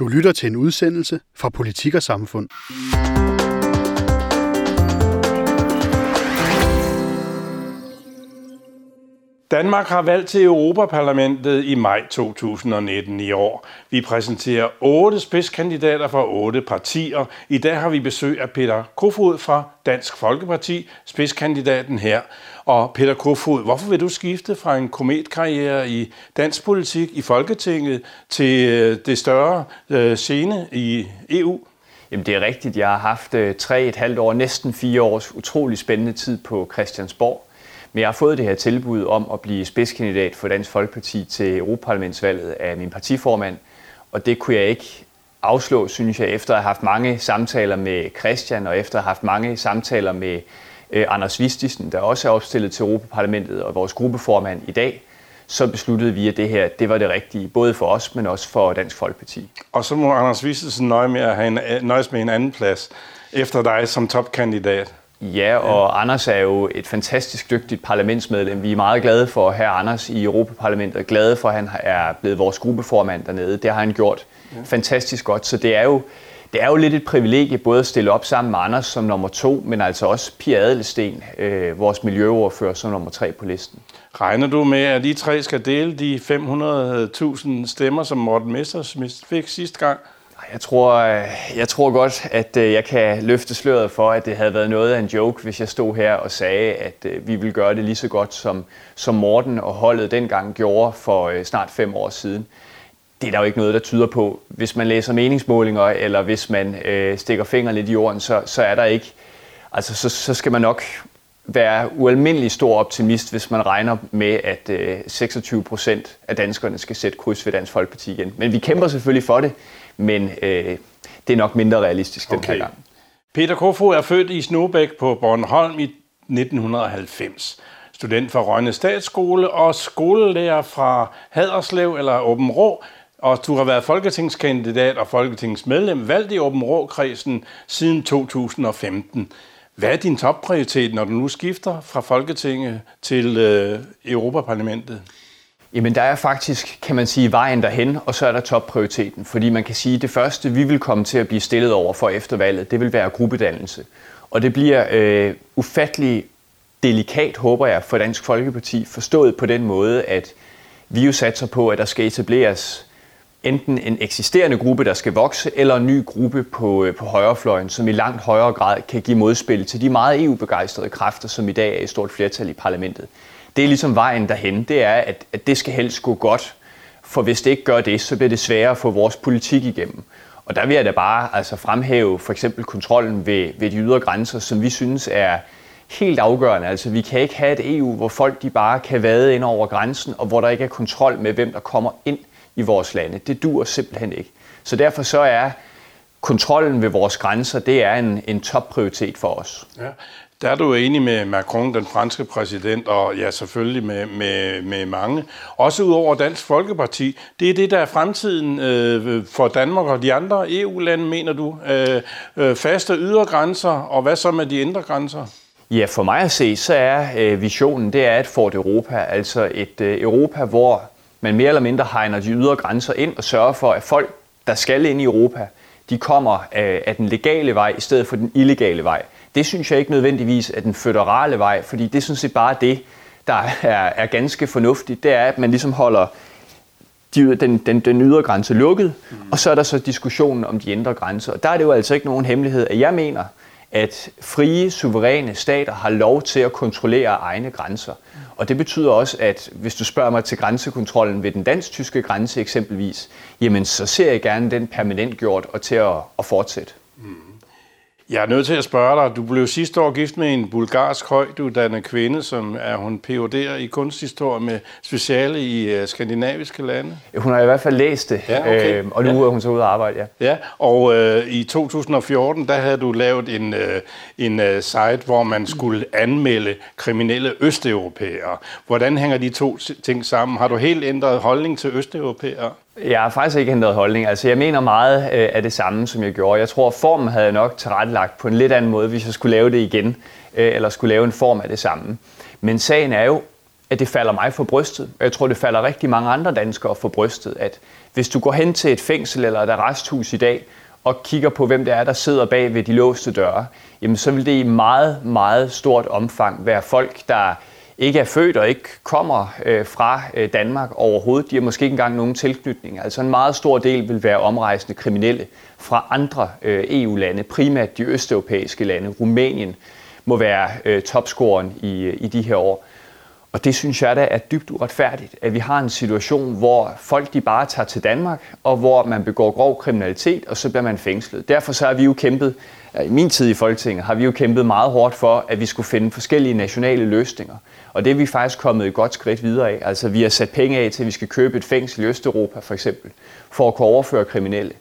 Du lytter til en udsendelse fra Politik og Samfund. Danmark har valgt til Europaparlamentet i maj 2019 i år. Vi præsenterer 8 spidskandidater fra 8 partier. I dag har vi besøg af Peter Kofod fra Dansk Folkeparti, spidskandidaten her. Og Peter Kofod, hvorfor vil du skifte fra en kometkarriere i dansk politik i Folketinget til det større scene i EU? Jamen det er rigtigt. Jeg har haft 3,5 år, næsten 4 års utrolig spændende tid på Christiansborg. Men jeg har fået det her tilbud om at blive spidskandidat for Dansk Folkeparti til Europaparlamentsvalget af min partiformand. Og det kunne jeg ikke afslå, synes jeg, efter at have haft mange samtaler med Christian og efter at have haft mange samtaler med Anders Vistisen, der også er opstillet til Europaparlamentet, og vores gruppeformand i dag. Så besluttede vi, at det her det var det rigtige, både for os, men også for Dansk Folkeparti. Og så må Anders Vistisen nøjes med en anden plads efter dig som topkandidat. Ja, og Anders er jo et fantastisk dygtigt parlamentsmedlem. Vi er meget glade for at have Anders i Europaparlamentet, og glade for, at han er blevet vores gruppeformand dernede. Det har han gjort fantastisk godt, så det er jo lidt et privilegie både at stille op sammen med Anders som nummer 2, men altså også Pia Adelsten, vores miljøordfører, som nummer 3 på listen. Regner du med, at de 3 skal dele de 500.000 stemmer, som Morten Messerschmidt fik sidste gang? Jeg tror godt, at jeg kan løfte sløret for, at det havde været noget af en joke, hvis jeg stod her og sagde, at vi ville gøre det lige så godt, som Morten og holdet dengang gjorde for snart 5 år siden. Det er der jo ikke noget, der tyder på. Hvis man læser meningsmålinger, eller hvis man stikker fingeren lidt i jorden, så er der ikke. Altså, så skal man nok være ualmindelig stor optimist, hvis man regner med, at 26% af danskerne skal sætte kryds ved Dansk Folkeparti igen. Men vi kæmper selvfølgelig for det. Men det er nok mindre realistisk den her gang. Peter Kofod er født i Snogebæk på Bornholm i 1990. Student fra Rønne Statsskole og skolelærer fra Haderslev eller Aabenraa. Og du har været folketingskandidat og folketingsmedlem valgt i Aabenraa-kredsen siden 2015. Hvad er din topprioritet, når du nu skifter fra Folketinget til Europaparlamentet? Jamen der er faktisk, kan man sige, vejen derhen, og så er der topprioriteten. Fordi man kan sige, at det første, vi vil komme til at blive stillet over for efter valget, det vil være gruppedannelse. Og det bliver ufattelig delikat, håber jeg, for Dansk Folkeparti, forstået på den måde, at vi jo satser på, at der skal etableres enten en eksisterende gruppe, der skal vokse, eller en ny gruppe på højrefløjen, som i langt højere grad kan give modspil til de meget EU-begejstrede kræfter, som i dag er i stort flertal i parlamentet. Det er ligesom vejen derhen, det er, at det skal helst gå godt, for hvis det ikke gør det, så bliver det sværere at få vores politik igennem. Og der vil jeg da bare fremhæve for eksempel kontrollen ved de ydre grænser, som vi synes er helt afgørende. Altså vi kan ikke have et EU, hvor folk de bare kan vade ind over grænsen, og hvor der ikke er kontrol med, hvem der kommer ind i vores lande. Det duer simpelthen ikke. Så derfor så er kontrollen ved vores grænser, det er en topprioritet for os. Ja. Der er du enig med Macron, den franske præsident, og ja, selvfølgelig med mange. Også ud over Dansk Folkeparti. Det er det, der er fremtiden for Danmark og de andre EU-lande, mener du. Faste ydre grænser, og hvad så med de indre grænser? Ja, for mig at se, så er visionen, det er et Fort Europa. Altså et Europa, hvor man mere eller mindre hegner de ydre grænser ind og sørger for, at folk, der skal ind i Europa, de kommer af den legale vej i stedet for den illegale vej. Det synes jeg ikke nødvendigvis er den føderale vej, fordi det er sådan set bare det, der er ganske fornuftigt. Det er, at man ligesom holder den ydre grænse lukket, og så er der så diskussionen om de indre grænser. Og der er det jo altså ikke nogen hemmelighed, at jeg mener, at frie, suveræne stater har lov til at kontrollere egne grænser. Og det betyder også, at hvis du spørger mig til grænsekontrollen ved den dansk-tyske grænse eksempelvis, jamen så ser jeg gerne den permanent gjort og til at fortsætte. Jeg er nødt til at spørge dig. Du blev sidste år gift med en bulgarsk højtuddannet kvinde, som er hun Ph.D.'er i kunsthistorie med speciale i skandinaviske lande. Hun har i hvert fald læst det, ja, okay. Og nu er hun så ude at arbejde, ja. Ja, og i 2014, der havde du lavet en site, hvor man skulle anmelde kriminelle østeuropæere. Hvordan hænger de to ting sammen? Har du helt ændret holdning til østeuropæere? Jeg har faktisk ikke ændret holdning. Altså, jeg mener meget af det samme, som jeg gjorde. Jeg tror, at formen havde jeg nok tilrettelagt på en lidt anden måde, hvis jeg skulle lave det igen, eller skulle lave en form af det samme. Men sagen er jo, at det falder mig for brystet. Jeg tror, det falder rigtig mange andre danskere for brystet, at hvis du går hen til et fængsel eller et arresthus i dag, og kigger på, hvem det er, der sidder bag ved de låste døre, jamen så vil det i meget, meget stort omfang være folk, der ikke er født og ikke kommer fra Danmark overhovedet. De har måske ikke engang nogen tilknytning. Altså en meget stor del vil være omrejsende kriminelle fra andre EU-lande, primært de østeuropæiske lande. Rumænien må være topscoren i de her år. Og det synes jeg da er dybt uretfærdigt, at vi har en situation, hvor folk de bare tager til Danmark, og hvor man begår grov kriminalitet, og så bliver man fængslet. Derfor så har vi jo kæmpet, i min tid i Folketinget, har vi jo kæmpet meget hårdt for, at vi skulle finde forskellige nationale løsninger. Og det er vi faktisk kommet et godt skridt videre af. Altså vi har sat penge af til, at vi skal købe et fængsel i Østeuropa for eksempel, for at kunne overføre kriminelle.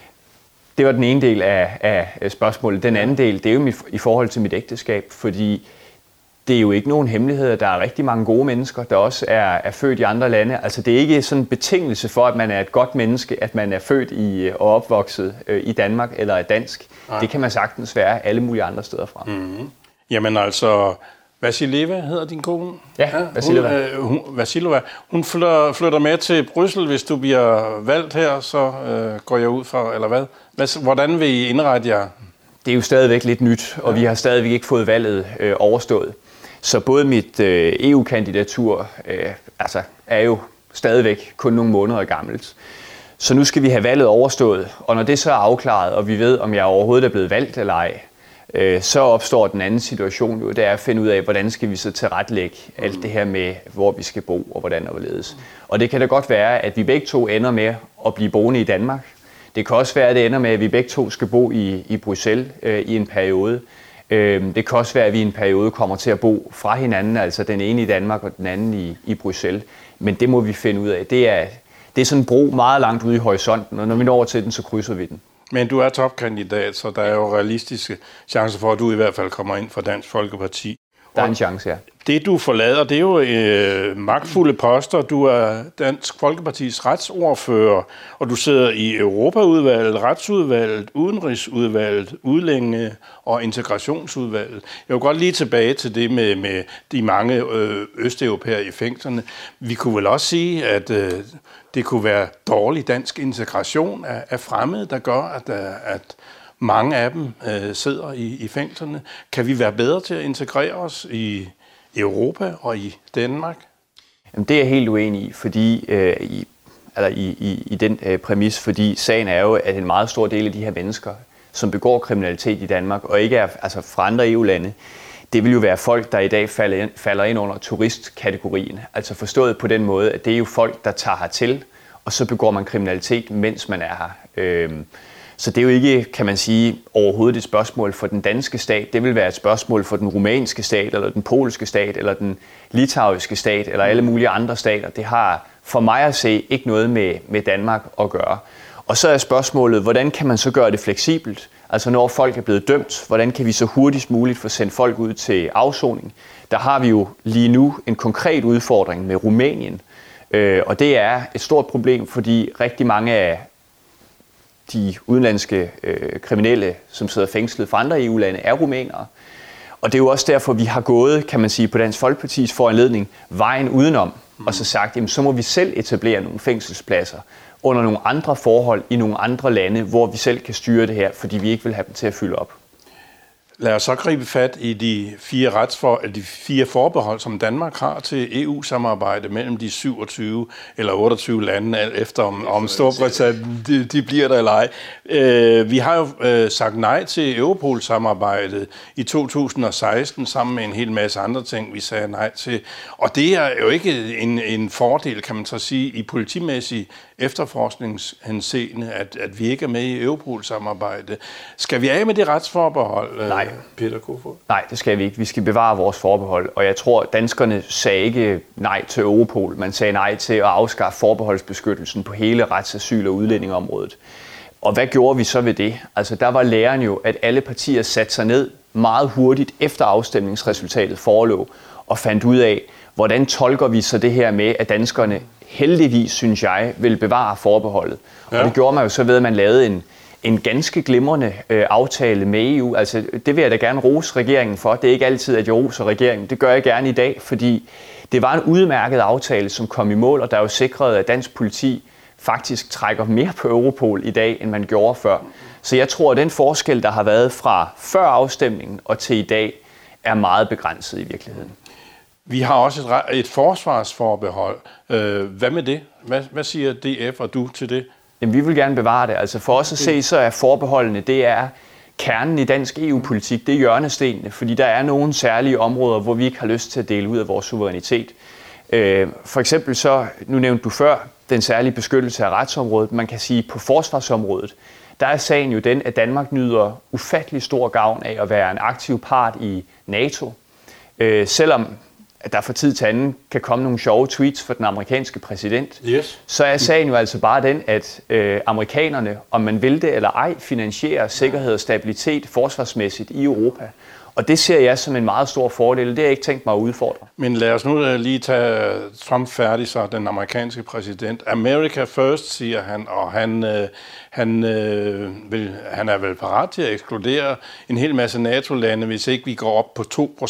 Det var den ene del af spørgsmålet. Den anden del, det er jo i forhold til mit ægteskab, fordi det er jo ikke nogen hemmelighed, at der er rigtig mange gode mennesker, der også er født i andre lande. Altså det er ikke sådan en betingelse for, at man er et godt menneske, at man er født og opvokset i Danmark eller er dansk. Nej. Det kan man sagtens være alle mulige andre steder fra. Mm-hmm. Jamen altså, Vasileva hedder din kone? Ja, Vasileva. Vasileva. Hun flytter med til Bryssel, hvis du bliver valgt her, så går jeg ud fra, eller hvad? Hvordan vil I indrette jer? Det er jo stadigvæk lidt nyt, og vi har stadigvæk ikke fået valget overstået. Så både mit EU-kandidatur er jo stadigvæk kun nogle måneder gammelt. Så nu skal vi have valget overstået, og når det så er afklaret, og vi ved, om jeg overhovedet er blevet valgt eller ej, så opstår den anden situation jo, det er at finde ud af, hvordan skal vi så tilrettelægge alt det her med, hvor vi skal bo og hvordan og hvorledes. Og det kan da godt være, at vi begge to ender med at blive boende i Danmark. Det kan også være, at det ender med, at vi begge to skal bo i Bruxelles i en periode. Det kan også være, at vi i en periode kommer til at bo fra hinanden, altså den ene i Danmark og den anden i Bruxelles. Men det må vi finde ud af. Det er sådan en bro meget langt ude i horisonten, og når vi når til den, så krydser vi den. Men du er topkandidat, så der er jo realistiske chancer for, at du i hvert fald kommer ind for Dansk Folkeparti. Der er en chance, ja. Det du forlader, det er jo magtfulde poster. Du er Dansk Folkepartis retsordfører, og du sidder i Europaudvalget, Retsudvalget, Udenrigsudvalget, Udlændinge- og Integrationsudvalget. Jeg vil godt lige tilbage til det med de mange østeuropæere i fængslerne. Vi kunne vel også sige, at det kunne være dårlig dansk integration af fremmede, der gør, at mange af dem sidder i fængslerne. Kan vi være bedre til at integrere os i Europa og i Danmark? Jamen, det er jeg helt uenig i, fordi i den præmis, fordi sagen er jo, at en meget stor del af de her mennesker, som begår kriminalitet i Danmark, og ikke er fra andre EU-lande, det vil jo være folk, der i dag falder ind under turistkategorien. Altså forstået på den måde, at det er jo folk, der tager hertil, og så begår man kriminalitet, mens man er her. Så det er jo ikke, kan man sige, overhovedet et spørgsmål for den danske stat. Det vil være et spørgsmål for den rumænske stat, eller den polske stat, eller den litauiske stat, eller alle mulige andre stater. Det har for mig at se ikke noget med Danmark at gøre. Og så er spørgsmålet, hvordan kan man så gøre det fleksibelt? Altså når folk er blevet dømt, hvordan kan vi så hurtigst muligt få sendt folk ud til afsoning? Der har vi jo lige nu en konkret udfordring med Rumænien. Og det er et stort problem, fordi rigtig mange af de udenlandske kriminelle, som sidder fængslet fra andre EU-lande, er rumænere. Og det er jo også derfor, vi har gået, kan man sige, på Dansk Folkepartis foranledning, vejen udenom, og så sagt, jamen, så må vi selv etablere nogle fængselspladser under nogle andre forhold i nogle andre lande, hvor vi selv kan styre det her, fordi vi ikke vil have dem til at fylde op. Lad os så gribe fat i de fire forbehold, som Danmark har til EU-samarbejde mellem de 27 eller 28 lande, alt efter om Storbritannien de bliver der eller ej. Vi har jo sagt nej til Europol-samarbejdet i 2016, sammen med en hel masse andre ting, vi sagde nej til. Og det er jo ikke en fordel, kan man så sige, i politimæssig efterforskningshenseende, at vi ikke er med i Europol-samarbejdet. Skal vi af med det retsforbehold? Nej. Peter Kofod? Nej, det skal vi ikke. Vi skal bevare vores forbehold. Og jeg tror, danskerne sagde ikke nej til Europol. Man sagde nej til at afskaffe forbeholdsbeskyttelsen på hele retsasyl- og udlændingeområdet. Og hvad gjorde vi så ved det? Altså, der var læren jo, at alle partier satte sig ned meget hurtigt efter afstemningsresultatet forelå og fandt ud af, hvordan tolker vi så det her med, at danskerne heldigvis, synes jeg, vil bevare forbeholdet. Ja. Og det gjorde man jo så ved, at man lavede en ganske glimrende aftale med EU. Altså, det vil jeg da gerne rose regeringen for. Det er ikke altid, at jeg roser regeringen. Det gør jeg gerne i dag, fordi Det var en udmærket aftale, som kom i mål, og der er jo sikret, at dansk politi faktisk trækker mere på Europol i dag, end man gjorde før. Så jeg tror, at den forskel, der har været fra før afstemningen og til i dag, er meget begrænset i virkeligheden. Vi har også et forsvarsforbehold. Hvad med det? Hvad siger DF og du til det? Jamen, vi vil gerne bevare det. Altså for os at se, så er forbeholdene, det er kernen i dansk EU-politik, det er hjørnestenene, fordi der er nogle særlige områder, hvor vi ikke har lyst til at dele ud af vores suverænitet. For eksempel så, nu nævnte du før, den særlige beskyttelse af retsområdet. Man kan sige, på forsvarsområdet, der er sagen jo den, at Danmark nyder ufattelig stor gavn af at være en aktiv part i NATO. Selvom at der fra tid til anden kan komme nogle sjove tweets fra den amerikanske præsident, så er sagen jo altså bare den, at amerikanerne, om man vil det eller ej, finansierer sikkerhed og stabilitet forsvarsmæssigt i Europa. Og det ser jeg som en meget stor fordel. Det har jeg ikke tænkt mig at udfordre. Men lad os nu lige tage Trump færdig, så den amerikanske præsident. America first, siger han, og han er vel parat til at ekskludere en hel masse NATO-lande, hvis ikke vi går op på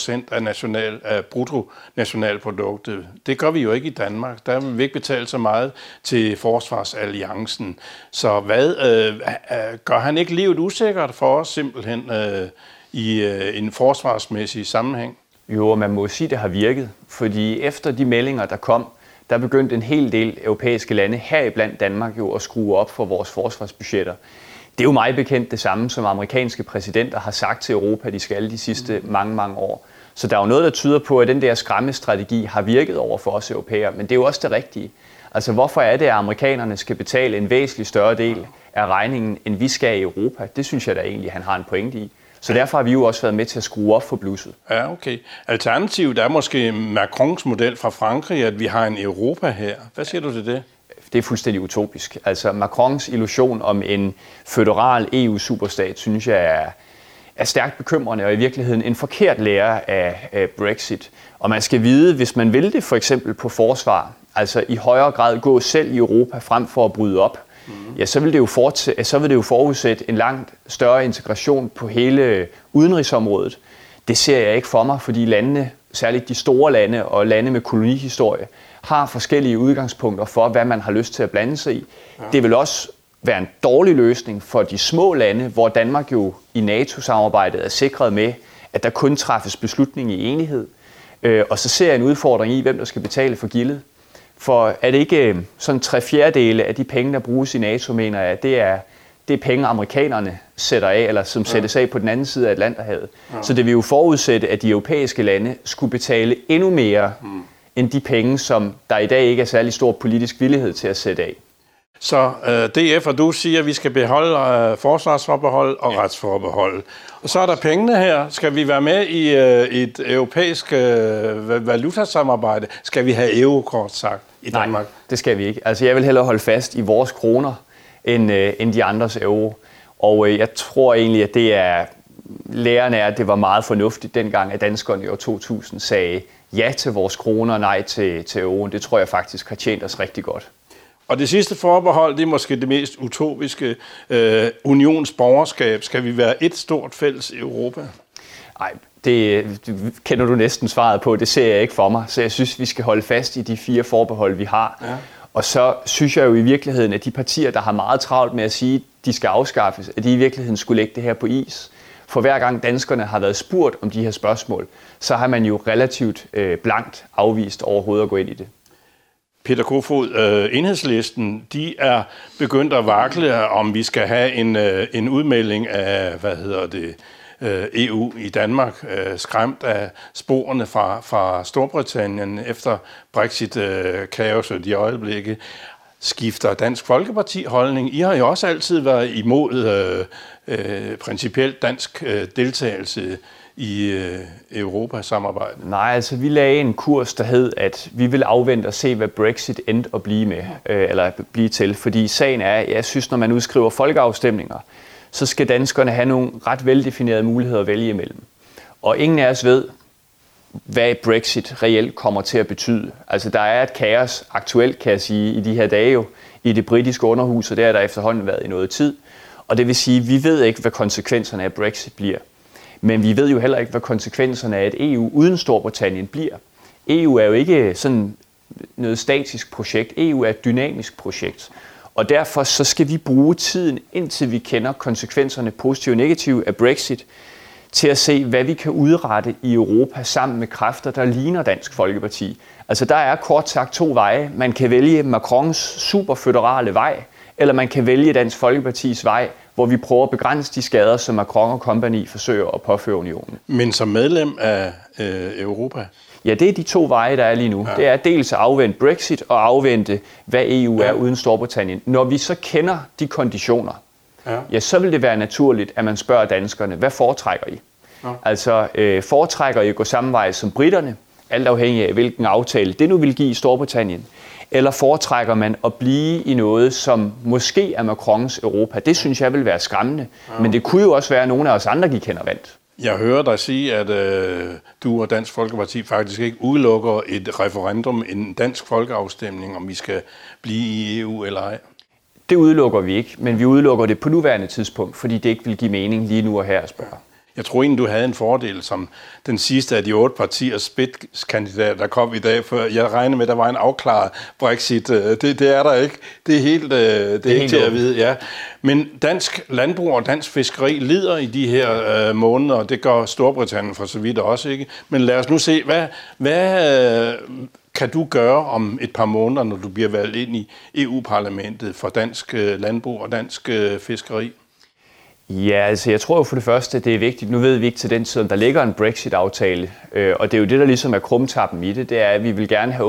2% af bruttonationalproduktet. Det gør vi jo ikke i Danmark. Der vil vi ikke betale så meget til forsvarsalliancen. Så hvad gør han ikke livet usikkert for os simpelthen i en forsvarsmæssig sammenhæng? Jo, man må sige, at det har virket, fordi efter de meldinger, der kom, der begyndte en hel del europæiske lande, heriblandt Danmark, jo at skrue op for vores forsvarsbudgetter. Det er jo meget bekendt det samme, som amerikanske præsidenter har sagt til Europa, de skal de sidste mange år. Så der er jo noget, der tyder på, at den der skræmmestrategi har virket over for os europæere, men det er jo også det rigtige. Altså, hvorfor er det, at amerikanerne skal betale en væsentlig større del af regningen, end vi skal i Europa? Det synes jeg da egentlig, han har en pointe i. Så derfor har vi jo også været med til at skrue op for blusset. Ja, okay. Alternativet er måske Macrons model fra Frankrig, at vi har en Europa her. Hvad siger du til det? Det er fuldstændig utopisk. Altså Macrons illusion om en føderal EU-superstat, synes jeg er stærkt bekymrende, og i virkeligheden en forkert lære af Brexit. Og man skal vide, hvis man vil det for eksempel på forsvar, altså i højere grad gå selv i Europa frem for at bryde op, ja, så vil det jo forudsætte en langt større integration på hele udenrigsområdet. Det ser jeg ikke for mig, fordi landene, særligt de store lande og lande med kolonihistorie, har forskellige udgangspunkter for, hvad man har lyst til at blande sig i. Ja. Det vil også være en dårlig løsning for de små lande, hvor Danmark jo i NATO-samarbejdet er sikret med, at der kun træffes beslutning i enighed. Og så ser jeg en udfordring i, hvem der skal betale for gildet. For er det ikke sådan 3/4 af de penge, der bruges i NATO, mener jeg, det er penge, amerikanerne sætter af, eller som sættes af på den anden side af Atlanterhavet. Ja. Så det vil jo forudsætte, at de europæiske lande skulle betale endnu mere end de penge, som der i dag ikke er særlig stor politisk villighed til at sætte af. Så DF og du siger, at vi skal beholde forsvarsforbehold og retsforbehold. Og så er der pengene her. Skal vi være med i et europæisk valutasamarbejde? Skal vi have euro-kort sagt i Danmark? Nej, det skal vi ikke. Altså jeg vil hellere holde fast i vores kroner end de andres euro. Og jeg tror egentlig, at det er læren af, at det var meget fornuftigt dengang, at danskerne i år 2000 sagde ja til vores kroner og nej til euroen. Det tror jeg faktisk har tjent os rigtig godt. Og det sidste forbehold, det er måske det mest utopiske unionsborgerskab. Skal vi være et stort fælles Europa? Nej, det kender du næsten svaret på. Det ser jeg ikke for mig. Så jeg synes, vi skal holde fast i de 4 forbehold, vi har. Ja. Og så synes jeg jo i virkeligheden, at de partier, der har meget travlt med at sige, at de skal afskaffes, at de i virkeligheden skulle lægge det her på is. For hver gang danskerne har været spurgt om de her spørgsmål, så har man jo relativt blankt afvist overhovedet at gå ind i det. Peter Kofod, Enhedslisten, de er begyndt at vakle, om vi skal have en udmelding af, EU i Danmark, skræmt af sporene fra Storbritannien efter Brexit-kaoset i øjeblikket. Skifter Dansk Folkeparti holdning? I har jo også altid været imod principielt dansk deltagelse i Europasamarbejdet. Nej, altså vi lagde en kurs, der hed, at vi vil afvente og se, hvad Brexit endte at blive til. Fordi sagen er, jeg synes, når man udskriver folkeafstemninger, så skal danskerne have nogle ret veldefinerede muligheder at vælge imellem. Og ingen af os ved, hvad Brexit reelt kommer til at betyde. Altså der er et kaos aktuelt, kan jeg sige, i de her dage jo, i det britiske underhus, og det har der efterhånden været i noget tid. Og det vil sige, at vi ved ikke, hvad konsekvenserne af Brexit bliver. Men vi ved jo heller ikke, hvad konsekvenserne af et EU uden Storbritannien bliver. EU er jo ikke sådan noget statisk projekt. EU er et dynamisk projekt. Og derfor så skal vi bruge tiden, indtil vi kender konsekvenserne, positive og negative, af Brexit, til at se, hvad vi kan udrette i Europa sammen med kræfter, der ligner Dansk Folkeparti. Altså der er kort sagt 2 veje. Man kan vælge Macrons superføderale vej, eller man kan vælge Dansk Folkepartis vej, hvor vi prøver at begrænse de skader, som Macron og compagnie forsøger at påføre unionen. Men som medlem af Europa? Ja, det er de 2 veje, der er lige nu. Ja. Det er dels at afvente Brexit og afvente, hvad EU er uden Storbritannien. Når vi så kender de konditioner, ja, så vil det være naturligt, at man spørger danskerne, hvad foretrækker I? Ja. Altså, foretrækker I at gå samme vej som britterne, alt afhængig af, hvilken aftale det nu vil give i Storbritannien? Eller foretrækker man at blive i noget, som måske er Macrons Europa? Det synes jeg vil være skræmmende. Ja. Men det kunne jo også være, at nogle af os andre gik hen og vandt. Jeg hører dig sige, at du og Dansk Folkeparti faktisk ikke udelukker et referendum, en dansk folkeafstemning, om vi skal blive i EU eller ej. Det udelukker vi ikke, men vi udelukker det på nuværende tidspunkt, fordi det ikke vil give mening lige nu og her at spørge. Jeg tror egentlig, du havde en fordel som den sidste af de 8 partiers spidskandidater, der kom i dag, for jeg regner med, at der var en afklaret Brexit. Det er der ikke. Det er helt, det er ikke til at vide. Ja. Men dansk landbrug og dansk fiskeri lider i de her måneder, og det gør Storbritannien for så vidt også, ikke? Men lad os nu se, hvad kan du gøre om et par måneder, når du bliver valgt ind i EU-parlamentet for dansk landbrug og dansk fiskeri? Ja, altså jeg tror jo for det første, det er vigtigt. Nu ved vi ikke til den tid, om der ligger en Brexit-aftale, og det er jo det, der ligesom er krumtappen i det. Det er, at vi vil gerne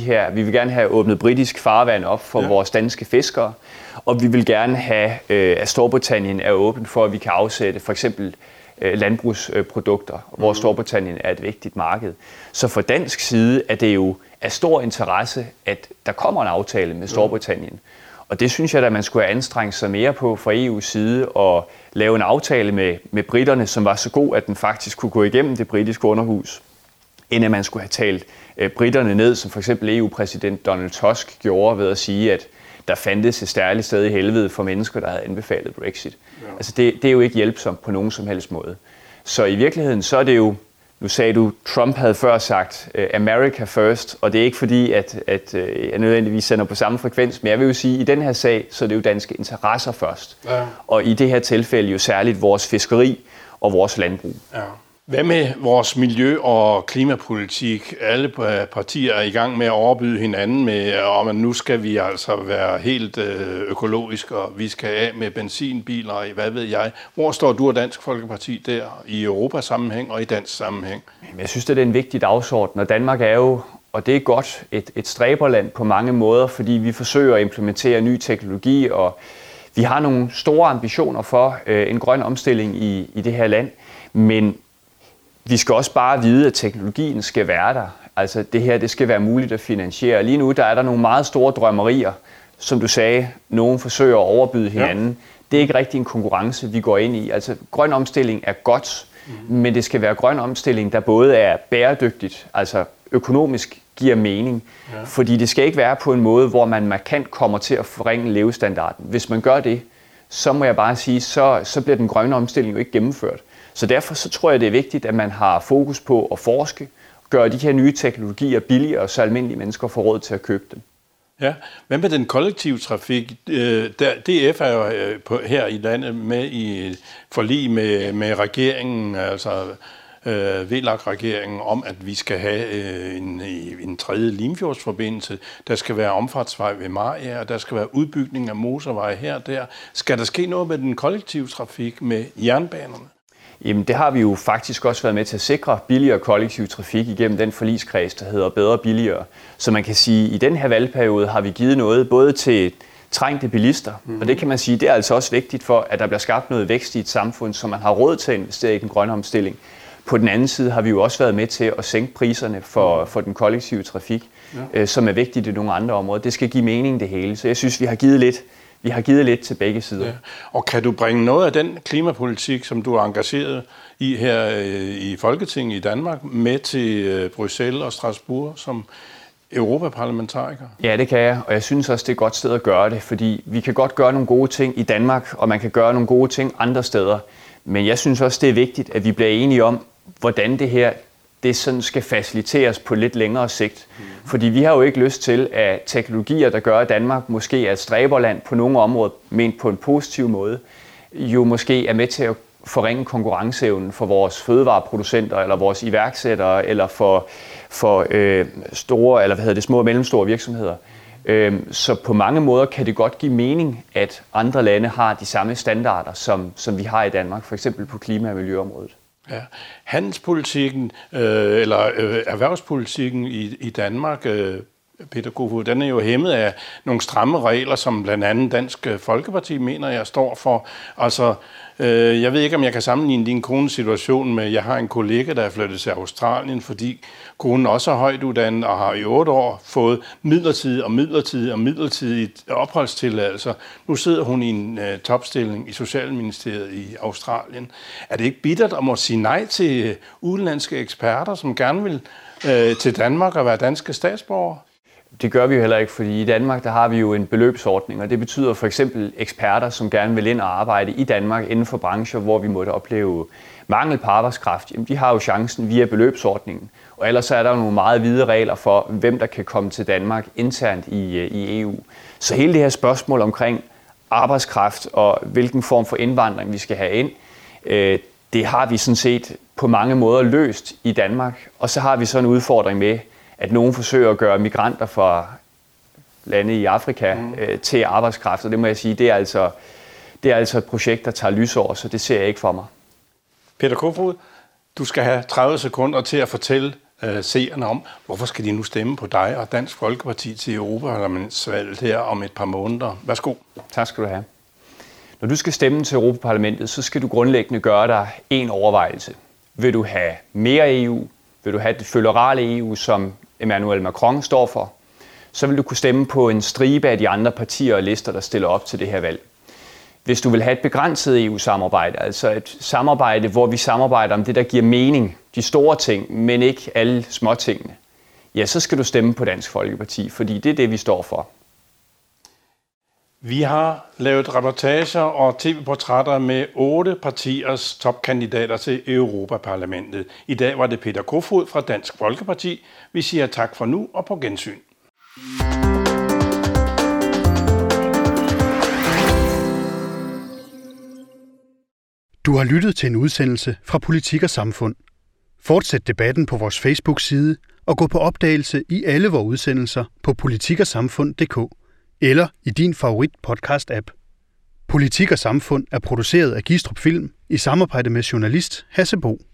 have åbnet britisk farvand op for vores danske fiskere, og vi vil gerne have, at Storbritannien er åben for, at vi kan afsætte for eksempel landbrugsprodukter, hvor Storbritannien er et vigtigt marked. Så fra dansk side er det jo af stor interesse, at der kommer en aftale med Storbritannien. Og det synes jeg, at man skulle have anstrengt sig mere på fra EU's side og lave en aftale med britterne, som var så god, at den faktisk kunne gå igennem det britiske underhus, end at man skulle have talt britterne ned, som for eksempel EU-præsident Donald Tusk gjorde ved at sige, at der fandtes et stærligt sted i helvede for mennesker, der havde anbefalet Brexit. Ja. Altså det er jo ikke hjælpsomt på nogen som helst måde. Så i virkeligheden så er det jo, nu sagde du, Trump havde før sagt America first, og det er ikke fordi, at jeg nødvendigvis sender på samme frekvens, men jeg vil jo sige, at i den her sag, så er det jo danske interesser først. Ja. Og i det her tilfælde jo særligt vores fiskeri og vores landbrug. Ja. Hvad med vores miljø- og klimapolitik? Alle partier er i gang med at overbyde hinanden med, om nu skal vi altså være helt økologisk, og vi skal af med benzinbiler, og hvad ved jeg. Hvor står du og Dansk Folkeparti der i Europasammenhæng og i dansk sammenhæng? Jeg synes, det er en vigtig dagsorden, og Danmark er jo, og det er godt, et stræberland på mange måder, fordi vi forsøger at implementere ny teknologi, og vi har nogle store ambitioner for en grøn omstilling i det her land, men vi skal også bare vide, at teknologien skal være der. Altså det her, det skal være muligt at finansiere. Lige nu, der er der nogle meget store drømmerier, som du sagde, nogen forsøger at overbyde hinanden. Ja. Det er ikke rigtig en konkurrence, vi går ind i. Altså grøn omstilling er godt, men det skal være grøn omstilling, der både er bæredygtigt, altså økonomisk giver mening. Ja. Fordi det skal ikke være på en måde, hvor man markant kommer til at forringe levestandarden. Hvis man gør det, så må jeg bare sige, så bliver den grønne omstilling jo ikke gennemført. Så derfor så tror jeg, det er vigtigt, at man har fokus på at forske, gøre de her nye teknologier billigere, så almindelige mennesker får råd til at købe dem. Ja, hvad med den kollektive trafik? DF er jo her i landet med i forlig med regeringen, altså VLAK-regeringen, om at vi skal have en tredje Limfjordsforbindelse. Der skal være omfartsvej ved Mariager, og der skal være udbygning af motorveje her og der. Skal der ske noget med den kollektive trafik, med jernbanerne? Jamen det har vi jo faktisk også været med til at sikre billigere kollektiv trafik igennem den forligskreds, der hedder Bedre Billigere. Så man kan sige, at i den her valgperiode har vi givet noget både til trængte bilister, og det kan man sige, det er altså også vigtigt for, at der bliver skabt noget vækst i et samfund, så man har råd til at investere i den grønne omstilling. På den anden side har vi jo også været med til at sænke priserne for den kollektive trafik, som er vigtigt i nogle andre områder. Det skal give mening det hele, så jeg synes, vi har givet lidt til begge sider. Ja. Og kan du bringe noget af den klimapolitik, som du er engageret i her i Folketinget i Danmark, med til Bruxelles og Strasbourg som europaparlamentariker? Ja, det kan jeg, og jeg synes også, det er et godt sted at gøre det, fordi vi kan godt gøre nogle gode ting i Danmark, og man kan gøre nogle gode ting andre steder. Men jeg synes også, det er vigtigt, at vi bliver enige om, hvordan det her det sådan skal faciliteres på lidt længere sigt. Fordi vi har jo ikke lyst til, at teknologier, der gør, at Danmark måske er et stræberland på nogle områder, ment på en positiv måde, jo måske er med til at forringe konkurrenceevnen for vores fødevareproducenter, eller vores iværksættere, eller for store, eller små og mellemstore virksomheder. Så på mange måder kan det godt give mening, at andre lande har de samme standarder, som vi har i Danmark, for eksempel på klima- og miljøområdet. Ja. Handelspolitikken erhvervspolitikken i Danmark, Peter Kofod, den er jo hæmmet af nogle stramme regler, som blandt andet Dansk Folkeparti mener, jeg står for. Altså, jeg ved ikke, om jeg kan sammenligne din kones situation med, jeg har en kollega, der er flyttet til Australien, fordi konen også er højt uddannet og har i 8 år fået midlertidigt opholdstilladelser. Nu sidder hun i en topstilling i Socialministeriet i Australien. Er det ikke bittert at må sige nej til udenlandske eksperter, som gerne vil til Danmark og være danske statsborgere? Det gør vi jo heller ikke, fordi i Danmark der har vi jo en beløbsordning, og det betyder for eksempel eksperter, som gerne vil ind og arbejde i Danmark inden for brancher, hvor vi måtte opleve mangel på arbejdskraft. Jamen, de har jo chancen via beløbsordningen, og ellers er der jo nogle meget vide regler for, hvem der kan komme til Danmark internt i EU. Så hele det her spørgsmål omkring arbejdskraft og hvilken form for indvandring vi skal have ind, det har vi sådan set på mange måder løst i Danmark, og så har vi så en udfordring med, at nogen forsøger at gøre migranter fra lande i Afrika til arbejdskraft, og det må jeg sige, det er altså et projekt, der tager lysår, så det ser jeg ikke for mig. Peter Kofod, du skal have 30 sekunder til at fortælle seerne om, hvorfor skal de nu stemme på dig og Dansk Folkeparti til Europaparlamentsvalget her om et par måneder. Værsgo. Tak skal du have. Når du skal stemme til Europaparlamentet, så skal du grundlæggende gøre dig en overvejelse. Vil du have mere EU? Vil du have det føderale EU, som Emmanuel Macron står for? Så vil du kunne stemme på en stribe af de andre partier og lister, der stiller op til det her valg. Hvis du vil have et begrænset EU-samarbejde, altså et samarbejde, hvor vi samarbejder om det, der giver mening, de store ting, men ikke alle småtingene, ja, så skal du stemme på Dansk Folkeparti, fordi det er det, vi står for. Vi har lavet reportager og tv-portrætter med 8 partiers topkandidater til Europaparlamentet. I dag var det Peter Kofod fra Dansk Folkeparti. Vi siger tak for nu og på gensyn. Du har lyttet til en udsendelse fra Politik og Samfund. Fortsæt debatten på vores Facebook-side og gå på opdagelse i alle vores udsendelser på politikersamfund.dk eller i din favorit podcast-app. Politik og Samfund er produceret af Gistrup Film i samarbejde med journalist Hasse Bo.